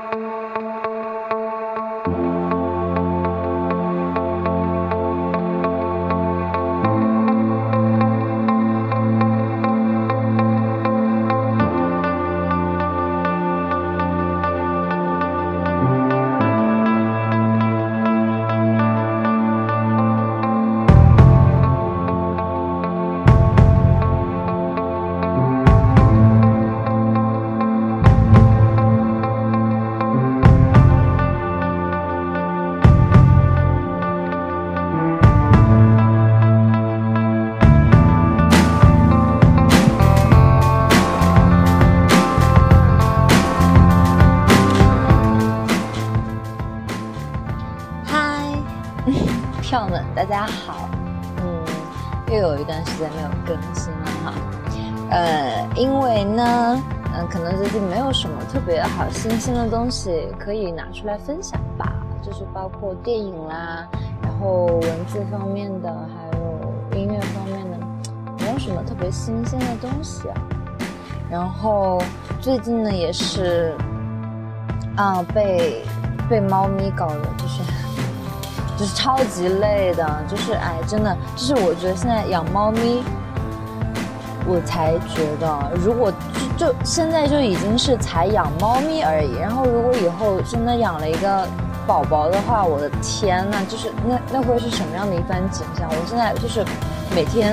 票们大家好，又有一段时间没有更新了哈，因为呢，可能最近没有什么特别好新鲜的东西可以拿出来分享吧，就是包括电影啦，然后文字方面的，还有音乐方面的，没有什么特别新鲜的东西啊。然后最近呢也是被猫咪搞的，就是超级累的，就是真的就是我觉得现在养猫咪，我才觉得如果就现在就已经是才养猫咪而已，然后如果以后真的养了一个宝宝的话，我的天呐，就是那会是什么样的一番景象？我现在就是每天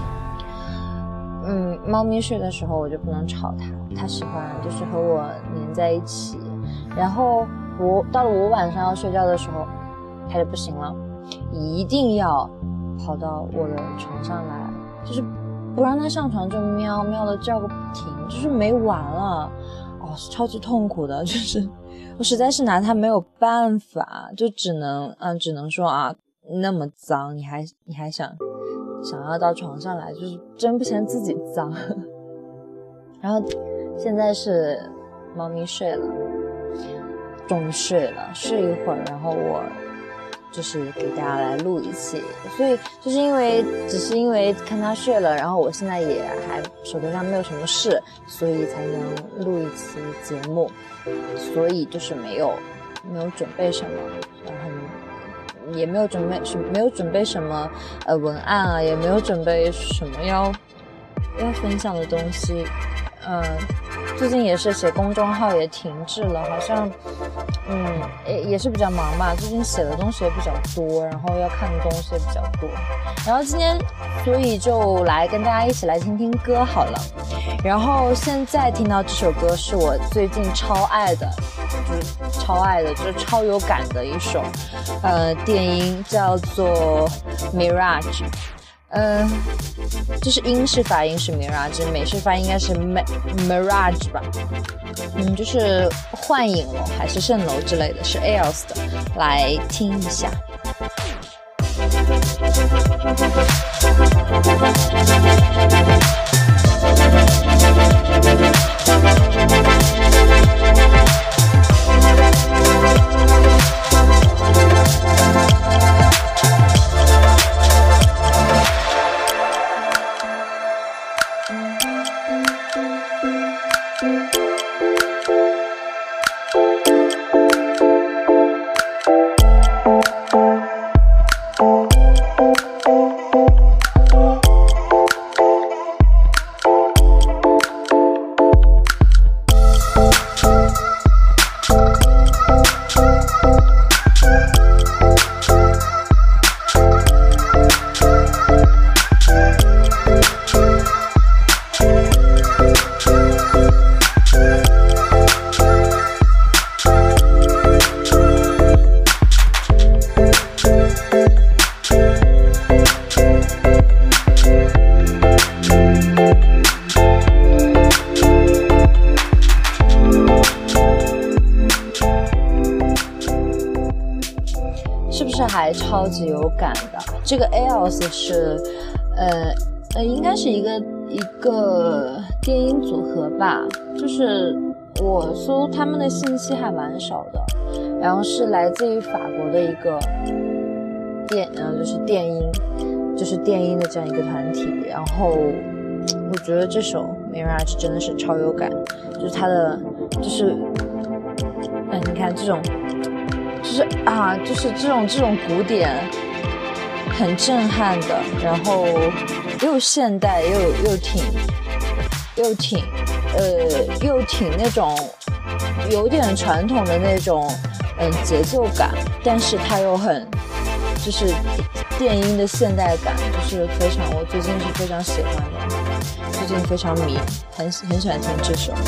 猫咪睡的时候我就不能吵它喜欢就是和我黏在一起，然后到了我晚上要睡觉的时候他就不行了，一定要跑到我的床上来，就是不让他上床就喵喵的叫个不停，就是没完了，超级痛苦的，就是我实在是拿他没有办法，就只能说那么脏，你还想要到床上来，就是真不嫌自己脏。然后现在是猫咪睡了，终于睡一会儿，然后我就是给大家来录一期，所以只是因为看他睡了，然后我现在也还手头上没有什么事，所以才能录一期节目，所以就是没有准备什么，也没有准备什么文案啊，也没有准备什么要分享的东西。最近也是写公众号也停滞了，好像也是比较忙吧，最近写的东西也比较多，然后要看的东西也比较多，然后今天所以就来跟大家一起来听听歌好了。然后现在听到这首歌是我最近超爱的，就是超有感的一首电音，叫做 Mirage。就是英式发音是 Mirage， 美式发音应该是 Mirage 吧，就是幻影楼还是蜃楼之类的，是 EOS 的，来听一下。是不是还超级有感的？这个 EOS 是应该是一个电音组合吧，就是我搜他们的信息还蛮少的，然后是来自于法国的一个就是电音的这样一个团体，然后我觉得这首 Mirage 真的是超有感，就是它的就是你看这种，就是这种古典，很震撼的，然后又现代又挺那种有点传统的那种节奏感，但是它又很就是电音的现代感，就是我最近是非常喜欢的，最近非常迷，很喜欢听这首。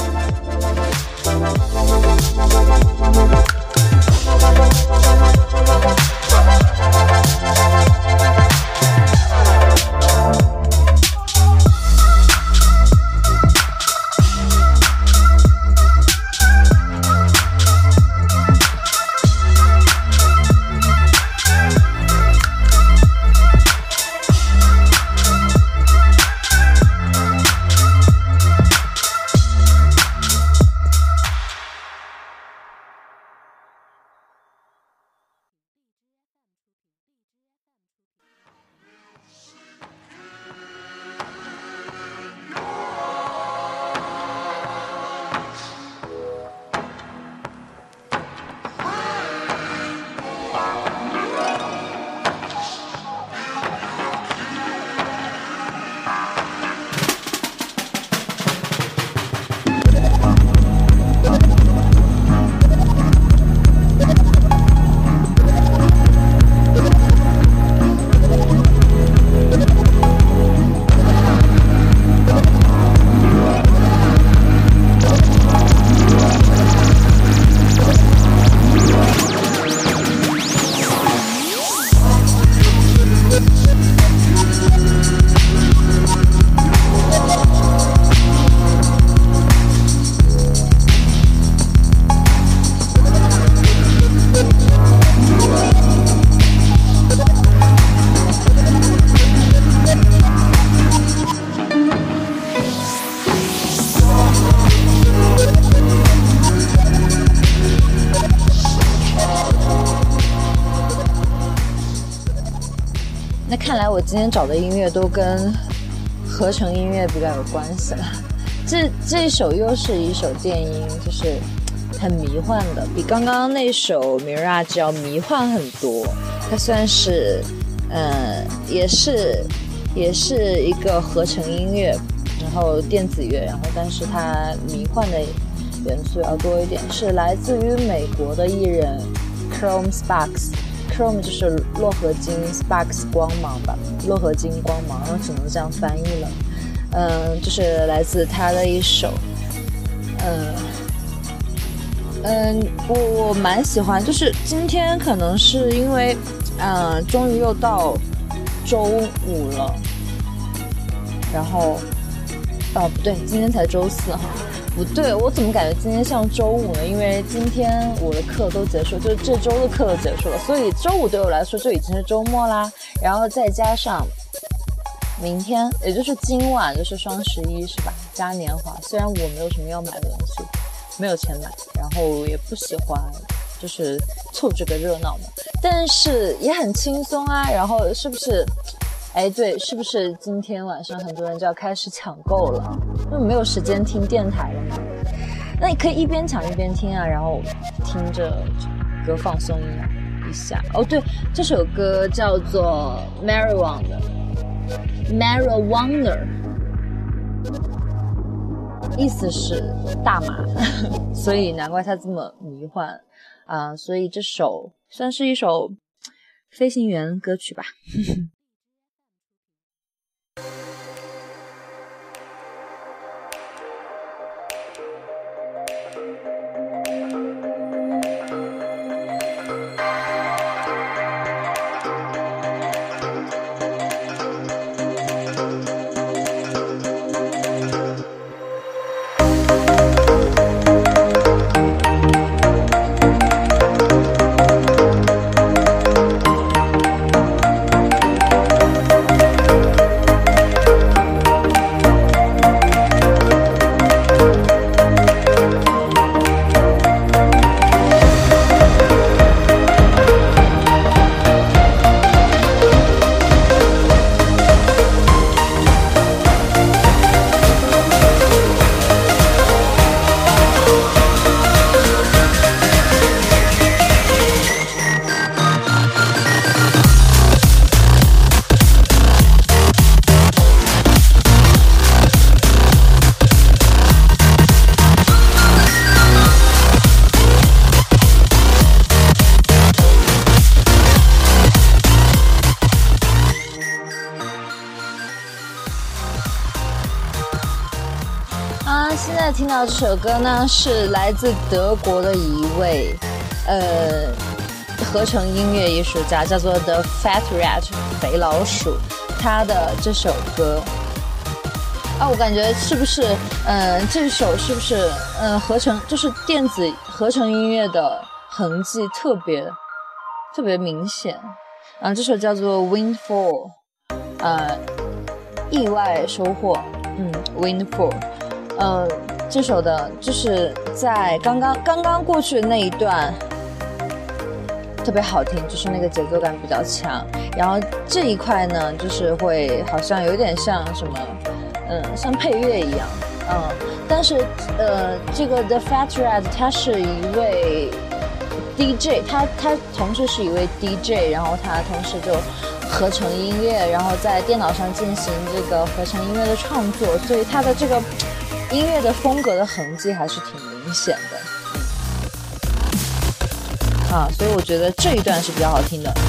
那看来我今天找的音乐都跟合成音乐比较有关系了。这一首又是一首电音，就是很迷幻的，比刚刚那首 Mirage 要迷幻很多。它虽然是也是一个合成音乐，然后电子乐，然后但是它迷幻的元素要多一点，是来自于美国的艺人 Chrome Sparks。Chrome 就是洛合金 ，Sparks 光芒吧，洛合金光芒，然后只能这样翻译了。就是来自他的一首，我蛮喜欢，就是今天可能是因为，终于又到周五了，然后，不对，今天才周四哈。不对，我怎么感觉今天像周五呢？因为今天我的课都结束，就是这周的课都结束了，所以周五对我来说就已经是周末啦。然后再加上明天，也就是今晚，就是双11是吧？嘉年华。虽然我没有什么要买的东西，没有钱买，然后也不喜欢就是凑这个热闹嘛，但是也很轻松啊。然后是不是？对，是不是今天晚上很多人就要开始抢购了？因为没有时间听电台了嘛。那你可以一边抢一边听啊，然后听着歌放松一下。对，这首歌叫做 Marijuana， 意思是大麻，所以难怪它这么迷幻啊。所以这首算是一首飞行员歌曲吧。 听到这首歌呢，是来自德国的一位合成音乐艺术家，叫做 The Fat Rat 肥老鼠，他的这首歌我感觉是不是这首是不是合成就是电子合成音乐的痕迹特别明显。这首叫做 Windfall， 意外收获，Windfall。这首的就是在刚刚过去的那一段特别好听，就是那个节奏感比较强，然后这一块呢就是会好像有点像什么像配乐一样，但是这个 The Fat Rat 他是一位 DJ， 他同时是一位 DJ， 然后他同时就合成音乐，然后在电脑上进行这个合成音乐的创作，所以他的这个音乐的风格的痕迹还是挺明显的所以我觉得这一段是比较好听的。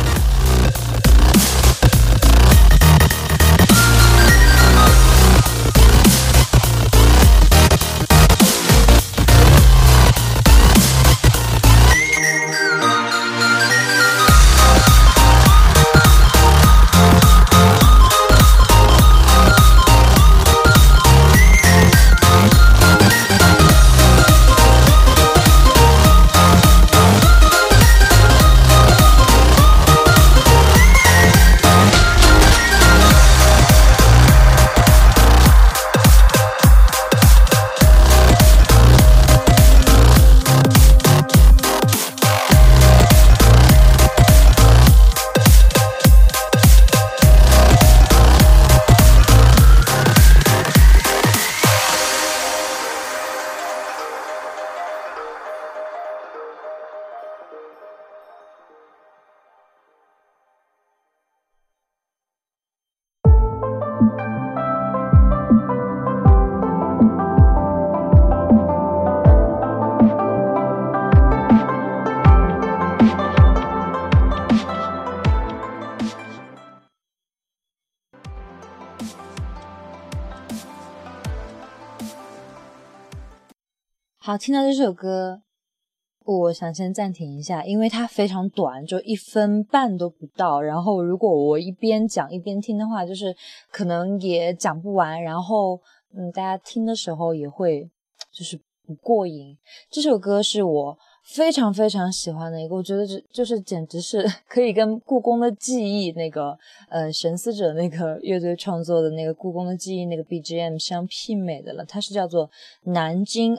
好，听到这首歌我想先暂停一下，因为它非常短，就1分半都不到，然后如果我一边讲一边听的话，就是可能也讲不完，然后大家听的时候也会就是不过瘾。这首歌是我非常非常喜欢的一个，我觉得就是简直是可以跟故宫的记忆那个神思者那个乐队创作的那个故宫的记忆那个 BGM 相媲美的了。它是叫做南京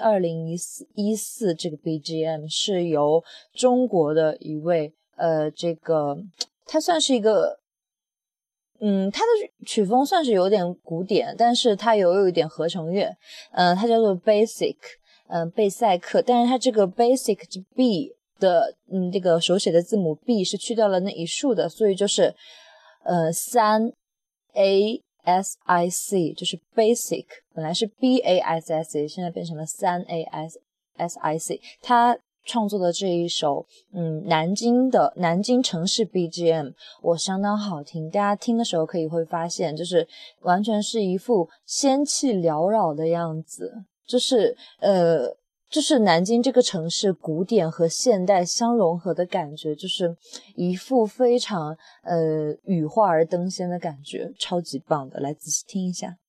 2014，这个 BGM 是由中国的一位这个它算是一个它的曲风算是有点古典，但是它有一点合成乐，它叫做 Basic，贝塞克，但是它这个 basic B 的这个手写的字母 B 是去掉了那一竖的，所以就是3ASIC， 就是 basic， 本来是 BASIC， 现在变成了 3ASIC。 他创作的这一首南京城市 BGM 我相当好听，大家听的时候会发现就是完全是一副仙气缭绕的样子，就是南京这个城市古典和现代相融合的感觉，就是一副非常羽化而登仙的感觉，超级棒的，来仔细听一下。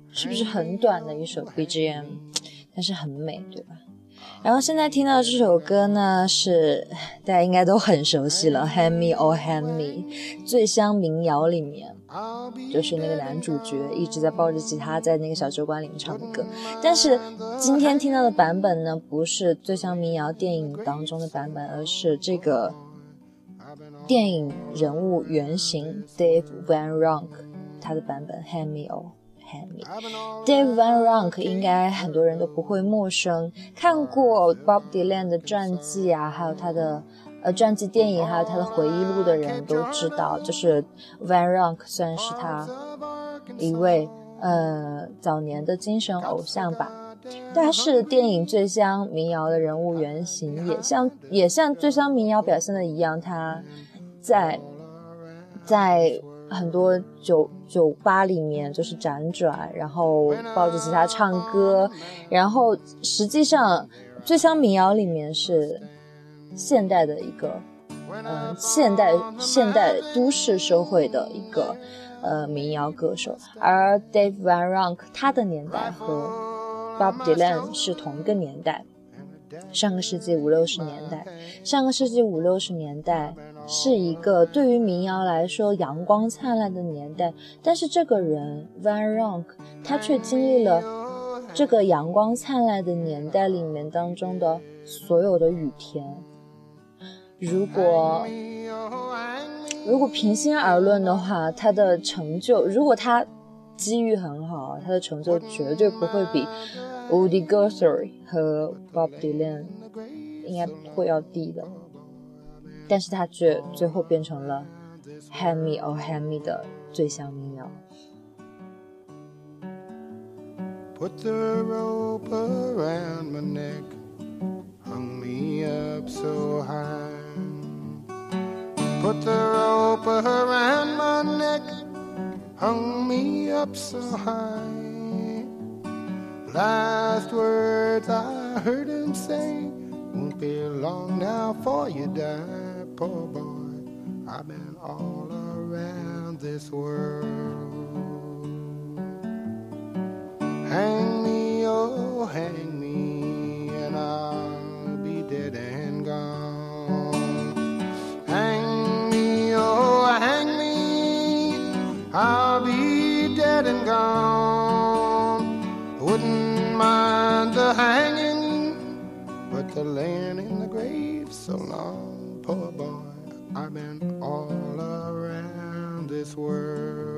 是不是很短的一首 BGM， 但是很美，对吧？然后现在听到的这首歌呢，是大家应该都很熟悉了， Hand Me Oh Hand Me， 醉乡民谣里面就是那个男主角一直在抱着吉他在那个小酒馆里面唱的歌。但是今天听到的版本呢，不是醉乡民谣电影当中的版本，而是这个电影人物原型 Dave Van Ronk 他的版本 Hand Me Oh Hand Me。 Dave Van Ronk 应该很多人都不会陌生，看过 Bob Dylan 的传记啊，还有他的传记电影，还有他的回忆录的人都知道，就是 Van Ronk 算是他一位早年的精神偶像吧。他是电影醉乡民谣的人物原型，也像醉乡民谣表现的一样，他在很多酒吧里面就是辗转，然后抱着吉他唱歌，然后实际上醉乡民谣里面是现代的一个现代都市社会的一个民谣歌手。而 Dave Van Ronk 他的年代和 Bob Dylan 是同一个年代，上个世纪50-60年代是一个对于民谣来说阳光灿烂的年代，但是这个人 Van Ronk 他却经历了这个阳光灿烂的年代里面当中的所有的雨天。如果平心而论的话，他的成就，如果他机遇很好，他的成就绝对不会比 Woody Guthrie 和 Bob Dylan 应该会要低的，但是他却最后变成了 Hand Me Oh Hand Me 的醉乡民谣。 Put the rope around my neck, hung me up so high. Put the rope around my neck, hung me up so high. Last words I heard him say, won't be long now for you die, poor boy. I've been all around this world. Hang me, oh hang me, and I'll be dead and gone. Hang me, oh hang me, I'll be dead and gone. Wouldn't mind the hanging, but the laying in the grave so long, poor boy. I've been all around this world.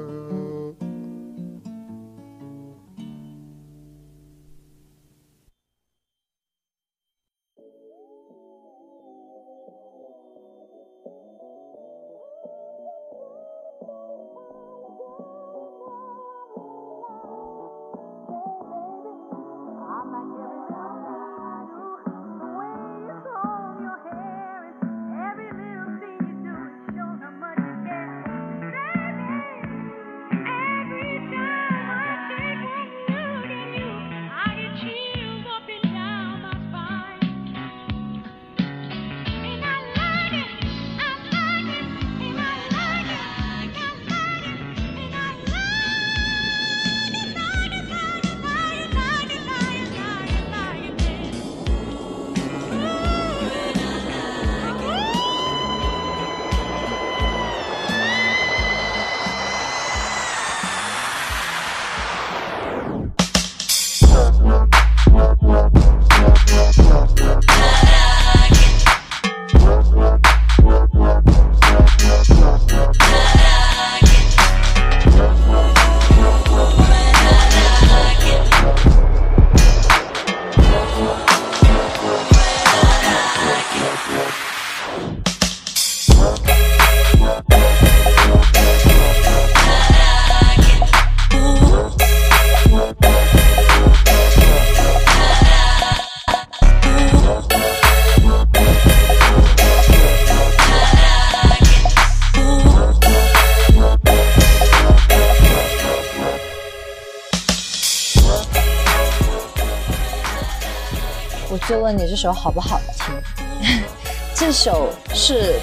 就问你这首好不好听？这首是，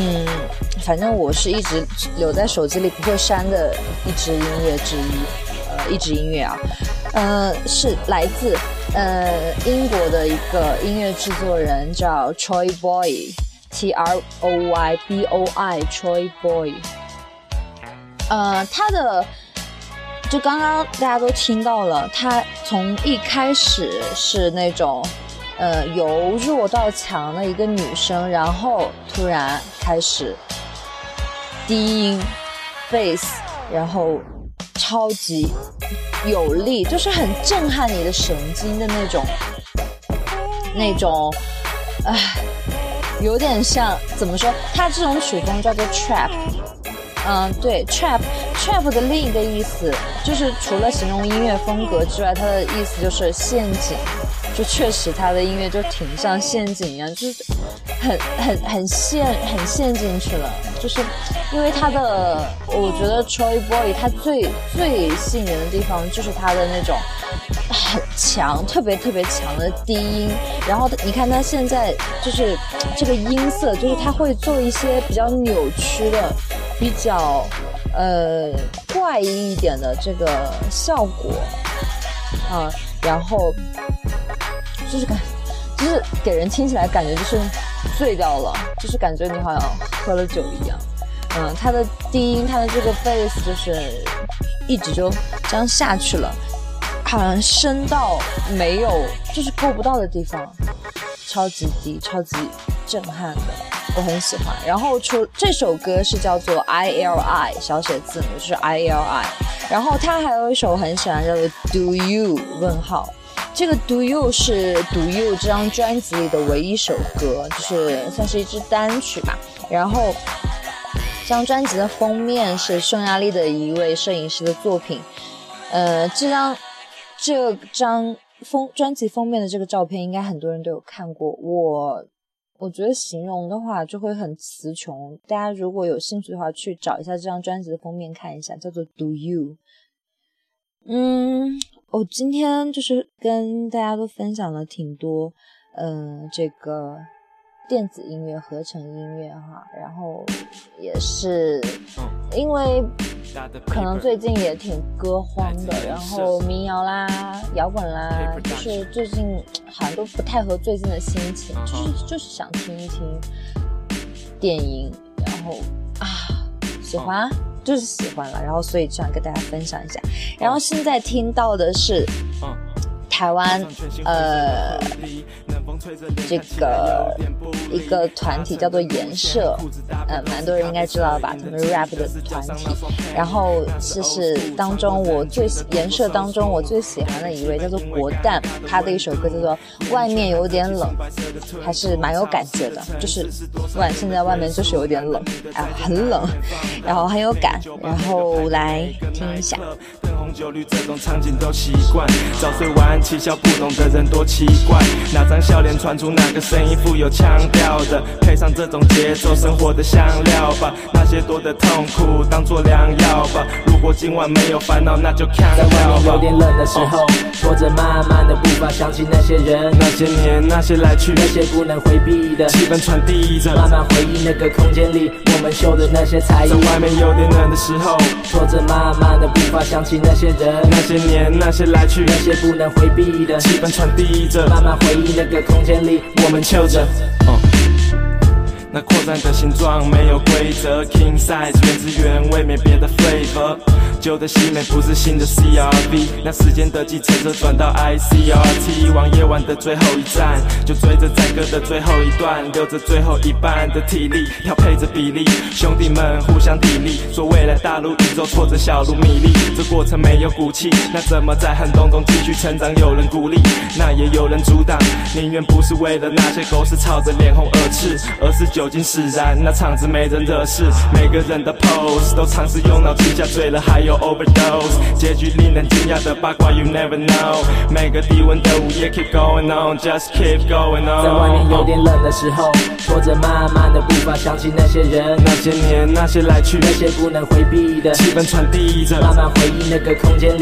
反正我是一直留在手机里不会删的一支音乐之一。 一支音乐啊，是来自英国的一个音乐制作人叫 Troy Boy Troy Boi Troy Boy， 他的就刚刚大家都听到了，他从一开始是那种由弱到强的一个女生，然后突然开始低音 bass， 然后超级有力，就是很震撼你的神经的那种有点像怎么说，它这种曲风叫做 trap。对 trap 的另一个意思就是除了形容音乐风格之外，它的意思就是陷阱，就确实他的音乐就挺像陷阱一样，就是很陷进去了。就是因为他的，我觉得 Troy Boy 他最吸引人的地方就是他的那种很强，特别强的低音。然后你看他现在就是这个音色，就是他会做一些比较扭曲的、比较怪异一点的这个效果然后就是给人听起来感觉就是醉掉了，就是感觉你好像喝了酒一样。他的低音，他的这个 bass 就是一直就这样下去了，好像升到没有就是够不到的地方，超级低，超级震撼的，我很喜欢。然后这首歌是叫做 ILI 小写字母，就是 ILI。然后他还有一首很喜欢叫做 Do You 问号。这个 Do You 是 Do You 这张专辑里的唯一首歌，就是算是一支单曲吧。然后这张专辑的封面是匈牙利的一位摄影师的作品。这张专辑封面的这个照片应该很多人都有看过，我觉得形容的话就会很词穷，大家如果有兴趣的话去找一下这张专辑的封面看一下，叫做 Do You。 我今天就是跟大家都分享了挺多这个电子音乐、合成音乐哈，然后也是因为可能最近也挺歌荒的，然后民谣啦、摇滚啦，就是最近好像都不太合最近的心情，就是想听一听电音，然后喜欢就是喜欢了，然后所以想跟大家分享一下。然后现在听到的是台湾这个一个团体叫做颜社，蛮多人应该知道吧，他们 rap 的团体。然后就是颜社当中我最喜欢的一位叫做国蛋，他的一首歌叫做外面有点冷，还是蛮有感觉的，就是现在外面就是有点冷，很冷，然后很有感，然后来听一下。红酒绿这种场景都习惯，早睡晚安嬉笑不懂的人多奇怪，哪张笑脸传出哪个声音富有腔调的，配上这种节奏生活的香料吧，那些多的痛苦当作良药吧，如果今晚没有烦恼那就看在外面有点冷的时候，拖着慢慢的步伐，想起那些人那些年那些来去，那些不能回避的气氛传递着，慢慢回忆那个空间里我们秀的那些才艺，在外面有点冷的时候，拖着慢慢的步伐，想起那些人那些年那些来去，那些不能回避的气氛传递着，慢慢回忆那个空间里我们秀着那扩散的形状没有规则 King size 原汁原味没别的 flavor， 旧的西美不是新的 CRV， 那时间的计程车转到 ICRT， 往夜晚的最后一站，就追着载歌的最后一段，留着最后一半的体力，要配着比例，兄弟们互相砥砺，说未来大陆宇宙挫折小路米粒，这过程没有骨气，那怎么在寒冬中继续成长？有人鼓励，那也有人阻挡，宁愿不是为了那些狗屎吵着脸红耳赤，而是酒精使然，那场子没人惹事，每个人的 pose 都尝试用脑气下醉了，还有 overdose， 结局令人惊讶的八卦 you never know， 每个低温的午夜 keep going on just keep going on， 在外面有点冷的时候，拖着慢慢的步伐，想起那些人那些年那些来去，那些不能回避的气氛传递着，慢慢回忆那个空间里我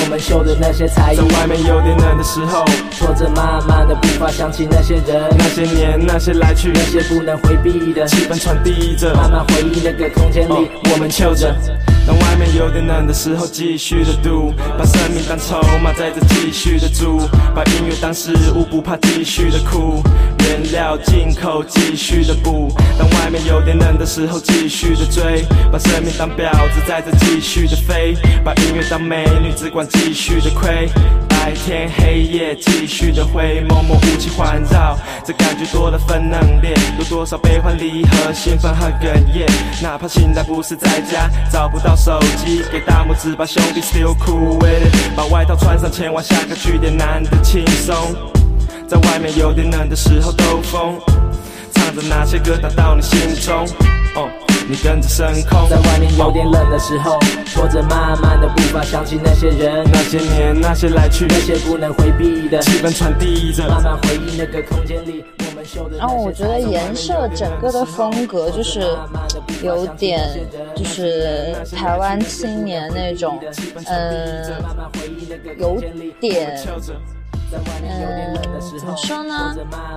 我们秀的那些才艺。 在外面有点冷的时候， 拖着慢慢的步伐，想起那些人， 那些年，那些来去， 那些不能回避的气氛传递着， 慢慢回忆那个空间里， 我们求着。当外面有点冷的时候，继续的读，把生命当筹码，在这继续的煮，把音乐当食物，不怕继续的哭，原料进口，继续的补。当外面有点冷的时候，继续的追，把生命当婊子，在这继续的飞，把音乐当美女，只管继续的亏。白天黑夜继续的回，默默雾气环绕，这感觉多了份冷冽，有多少悲欢离合，兴奋和哽咽。哪怕现在不是在家，找不到手机，给大拇指把兄弟 still cool with it， 把外套穿上，前往下个据点，难得轻松。在外面有点冷的时候兜风，唱着那些歌打到你心中，你跟着升空。 在外面有点冷的时候，拖着慢慢的步伐，想起那些人， 那些年，那些来去， 那些不能回避的气氛传递着， 慢慢回忆那个空间里，我们秀的。 然后我觉得颜色整个的风格就是有点，就是台湾青年那种，有点。怎么说呢？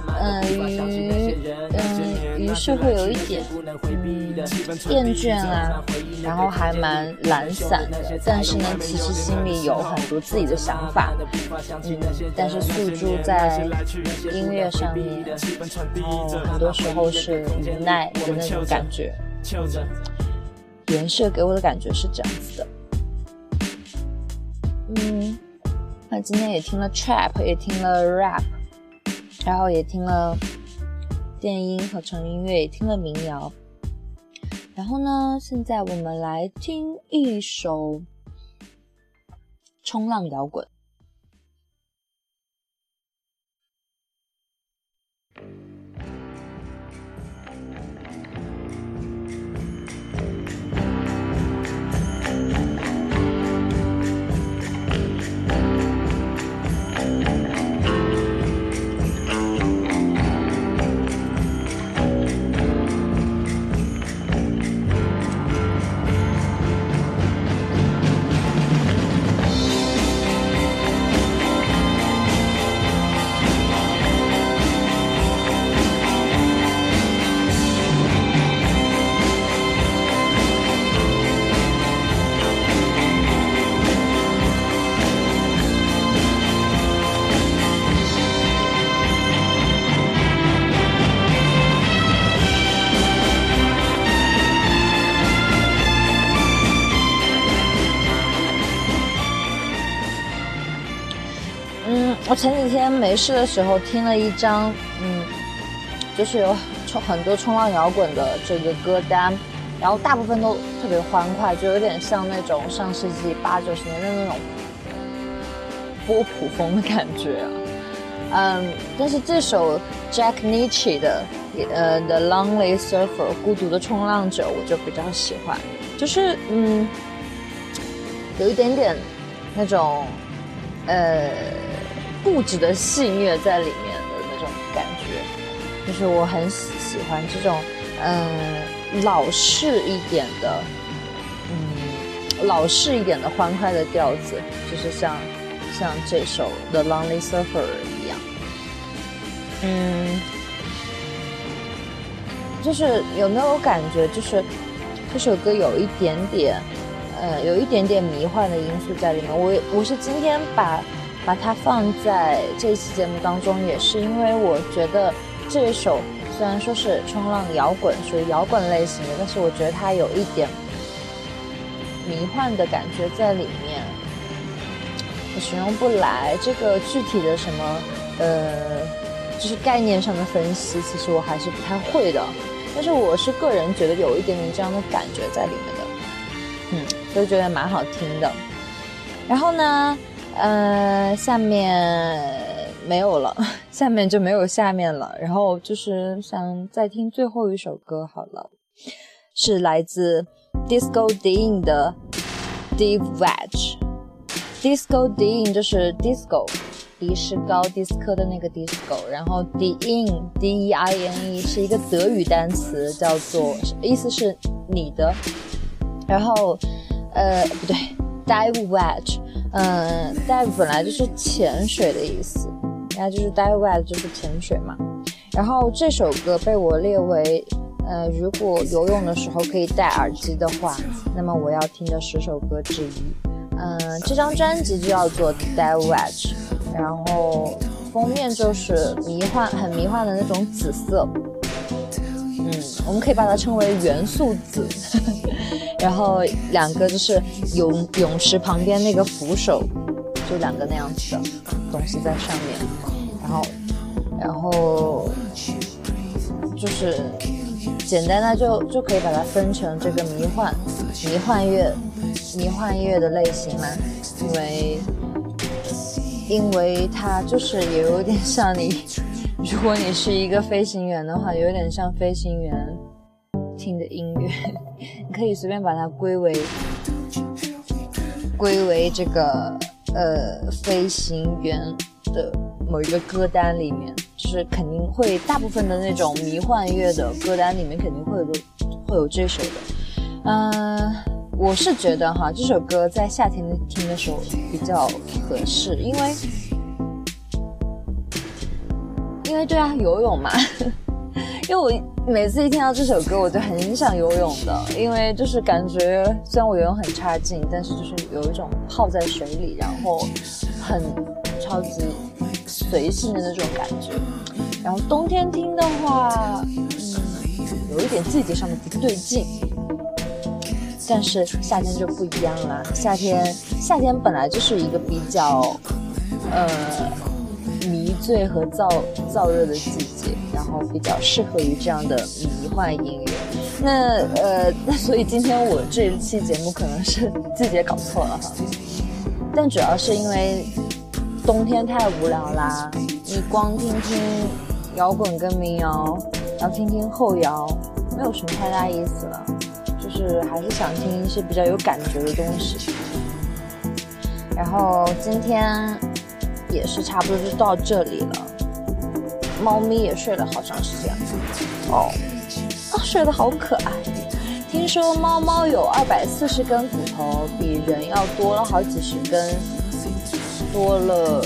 于是会有一点厌倦啊，然后还蛮懒散的，但是呢，其实心里有很多自己的想法，但是诉诸在音乐上面，然后很多时候是无奈的那种感觉。颜色给我的感觉是这样子的。那今天也听了 trap， 也听了 rap， 然后也听了电音合成音乐，也听了民谣。然后呢，现在我们来听一首冲浪摇滚。我前几天没事的时候听了一张，就是有很多冲浪摇滚的这个歌单，然后大部分都特别欢快，就有点像那种上世纪80、90年的那种波普风的感觉啊。但是这首 Jack Nicholson 的The Lonely Surfer 孤独的冲浪者我就比较喜欢，就是有一点点那种固执的戏谑在里面的那种感觉，就是我很喜欢这种老式一点的欢快的调子，就是像这首 The Lonely Surfer 一样。就是有没有感觉，就是这首歌有一点点迷幻的因素在里面。我是今天把它放在这一期节目当中，也是因为我觉得这一首虽然说是冲浪摇滚，属于摇滚类型的，但是我觉得它有一点迷幻的感觉在里面。我形容不来这个具体的什么就是概念上的分析，其实我还是不太会的，但是我是个人觉得有一点点这样的感觉在里面的，所以觉得蛮好听的。然后呢下面没有了，下面就没有下面了，然后就是想再听最后一首歌好了，是来自 Disco Dean 的 Steve Wedge。Disco Dean 就是 disco， 迪是高迪斯科的那个 disco， 然后 Dein D-E-I-N-E 是一个德语单词，叫做意思是你的，然后不对，Steve Wedge dive 本来就是潜水的意思，然后就是 dive wet 就是潜水嘛。然后这首歌被我列为如果游泳的时候可以戴耳机的话，那么我要听的10首歌之一。这张专辑就叫做 dive wet， 然后封面就是很迷幻的那种紫色，我们可以把它称为元素紫。然后2个就是泳池旁边那个扶手，就2个那样子的东西在上面，然后就是简单的就可以把它分成这个迷幻乐的类型嘛，因为它就是也有点像如果你是一个飞行员的话，有点像飞行员听的音乐，你可以随便把它归为这个飞行员的某一个歌单里面，就是肯定会大部分的那种迷幻乐的歌单里面肯定会有这首的。我是觉得哈，这首歌在夏天听的时候比较合适，因为对啊，游泳嘛。因为我每次一听到这首歌我就很想游泳的，因为就是感觉虽然我游泳很差劲，但是就是有一种泡在水里然后很超级随性的那种感觉。然后冬天听的话有一点季节上的不对劲，但是夏天就不一样啦。夏天本来就是一个比较迷醉和燥热的季节，然后比较适合于这样的迷幻音乐。那所以今天我这一期节目可能是季节搞错了哈，但主要是因为冬天太无聊啦，你光听听摇滚跟民谣，然后听听后摇，没有什么太大意思了，就是还是想听一些比较有感觉的东西。然后今天也是差不多就到这里了，猫咪也睡了好长时间睡得好可爱。听说猫猫有240根骨头，比人要多了好几十根，多了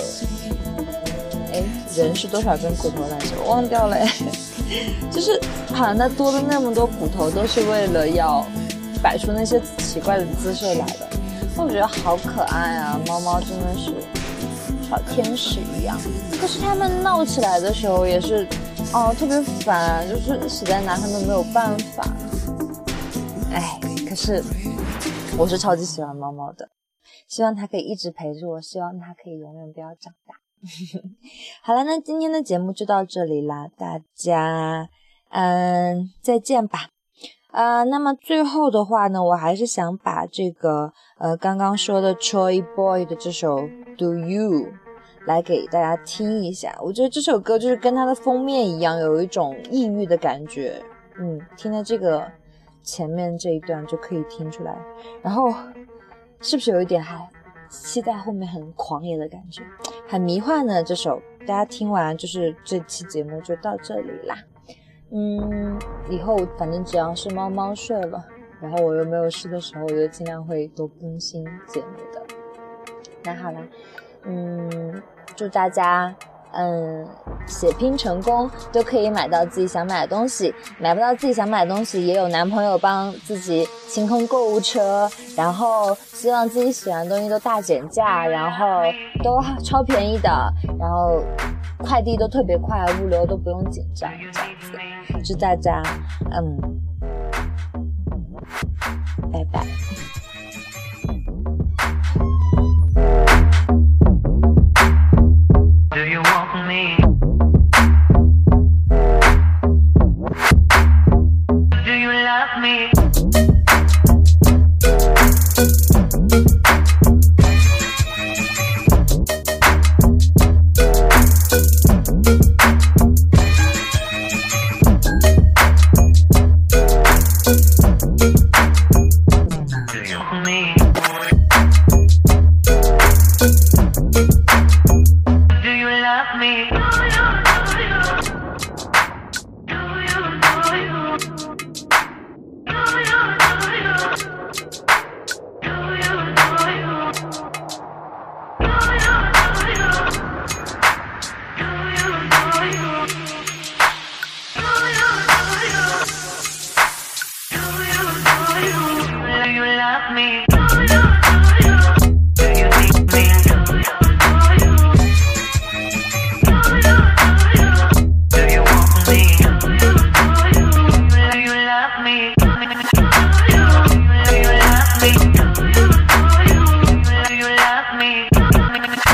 人是多少根骨头来着？我忘掉了就是好像它多的那么多骨头都是为了要摆出那些奇怪的姿势来的。我觉得好可爱啊，猫猫真的是小天使一样。可是他们闹起来的时候也是特别烦，就是实在拿他们没有办法。可是我是超级喜欢猫猫的，希望它可以一直陪着我，希望它可以永远不要长大。好了，那今天的节目就到这里啦，大家再见吧。那么最后的话呢，我还是想把这个刚刚说的 Troy Boy 的这首 Do You 来给大家听一下。我觉得这首歌就是跟它的封面一样，有一种抑郁的感觉。听了这个前面这一段就可以听出来，然后是不是有一点还期待后面很狂野的感觉，很迷幻的这首。大家听完就是这期节目就到这里啦。以后反正只要是猫猫睡了，然后我又没有事的时候，我就尽量会多更新节目的。那好啦，祝大家血拼成功，都可以买到自己想买的东西，买不到自己想买的东西也有男朋友帮自己清空购物车，然后希望自己喜欢的东西都大减价，然后都超便宜的，然后快递都特别快，物流都不用紧张，这样子。祝大家拜拜。 Do you want me? Do you love me? Do you me.